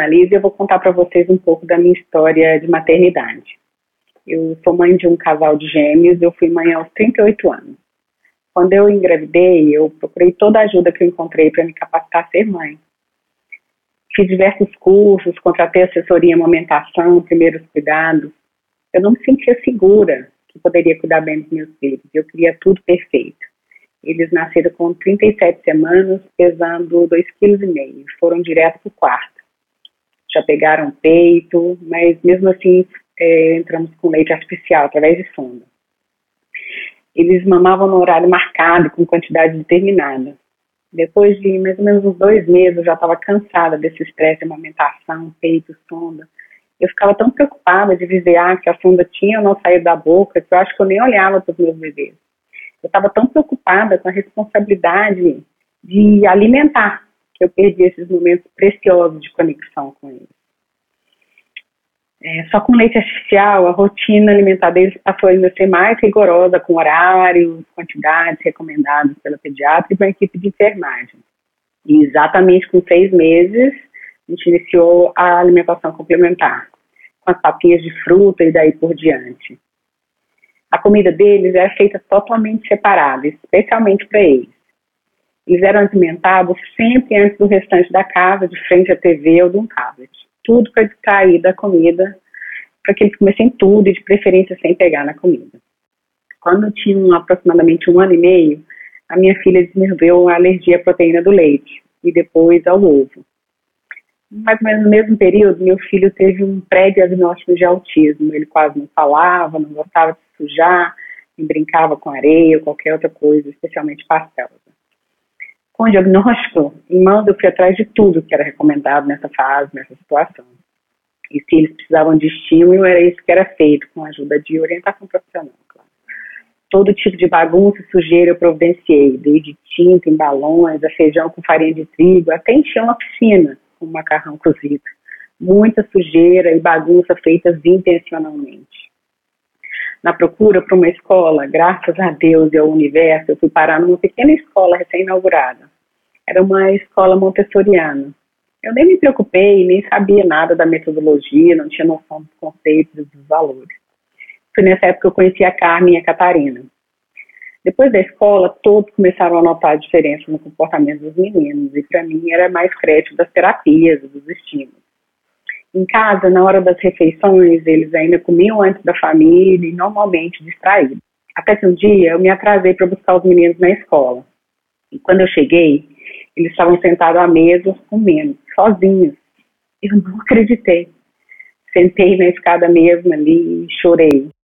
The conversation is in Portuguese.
Annalise e eu vou contar para vocês um pouco da minha história de maternidade. Eu sou mãe de um casal de gêmeos, eu fui mãe aos 38 anos. Quando eu engravidei, eu procurei toda a ajuda que eu encontrei para me capacitar a ser mãe. Fiz diversos cursos, contratei assessoria em amamentação, primeiros cuidados. Eu não me sentia segura que poderia cuidar bem dos meus filhos, eu queria tudo perfeito. Eles nasceram com 37 semanas, pesando 2,5 kg. Foram direto para o quarto. Já pegaram peito, mas mesmo assim entramos com leite artificial, através de sonda. Eles mamavam no horário marcado, com quantidade determinada. Depois de mais ou menos uns 2 meses, eu já estava cansada desse estresse de amamentação, peito, sonda. Eu ficava tão preocupada de viver que a sonda tinha ou não saído da boca, que eu acho que eu nem olhava para os meus bebês. Eu estava tão preocupada com a responsabilidade de alimentar, que eu perdi esses momentos preciosos de conexão com eles. Só com leite artificial, a rotina alimentar deles passou ainda a ser mais rigorosa, com horários, quantidades recomendadas pela pediatra e pela equipe de enfermagem. E exatamente com 6 meses, a gente iniciou a alimentação complementar, com as papinhas de fruta e daí por diante. A comida deles era feita totalmente separada, especialmente para eles. Eles eram alimentados sempre antes do restante da casa, de frente à TV ou de um tablet. Tudo para distrair da comida, para que eles comessem tudo e de preferência sem pegar na comida. Quando tinham aproximadamente 1 ano e meio, a minha filha desenvolveu uma alergia à proteína do leite e depois ao ovo. Mais ou menos no mesmo período, meu filho teve um pré-diagnóstico de autismo. Ele quase não falava, não gostava de se sujar, brincava com areia ou qualquer outra coisa, especialmente pastel. Com o diagnóstico, em mãos, eu fui atrás de tudo que era recomendado nessa fase, nessa situação. E se eles precisavam de estímulo, era isso que era feito, com a ajuda de orientação profissional, claro. Todo tipo de bagunça e sujeira eu providenciei, desde tinta em balões, a feijão com farinha de trigo, até encher uma piscina com macarrão cozido. Muita sujeira e bagunça feitas intencionalmente. Na procura para uma escola, graças a Deus e ao universo, eu fui parar numa pequena escola recém-inaugurada. Era uma escola montessoriana. Eu nem me preocupei, nem sabia nada da metodologia, não tinha noção dos conceitos e dos valores. Foi nessa época que eu conheci a Carmen e a Catarina. Depois da escola, todos começaram a notar a diferença no comportamento dos meninos, e para mim era mais crédito das terapias, dos estímulos. Em casa, na hora das refeições, eles ainda comiam antes da família e normalmente distraídos. Até que um dia eu me atrasei para buscar os meninos na escola. E quando eu cheguei, eles estavam sentados à mesa comendo, sozinhos. Eu não acreditei. Sentei na escada mesmo ali e chorei.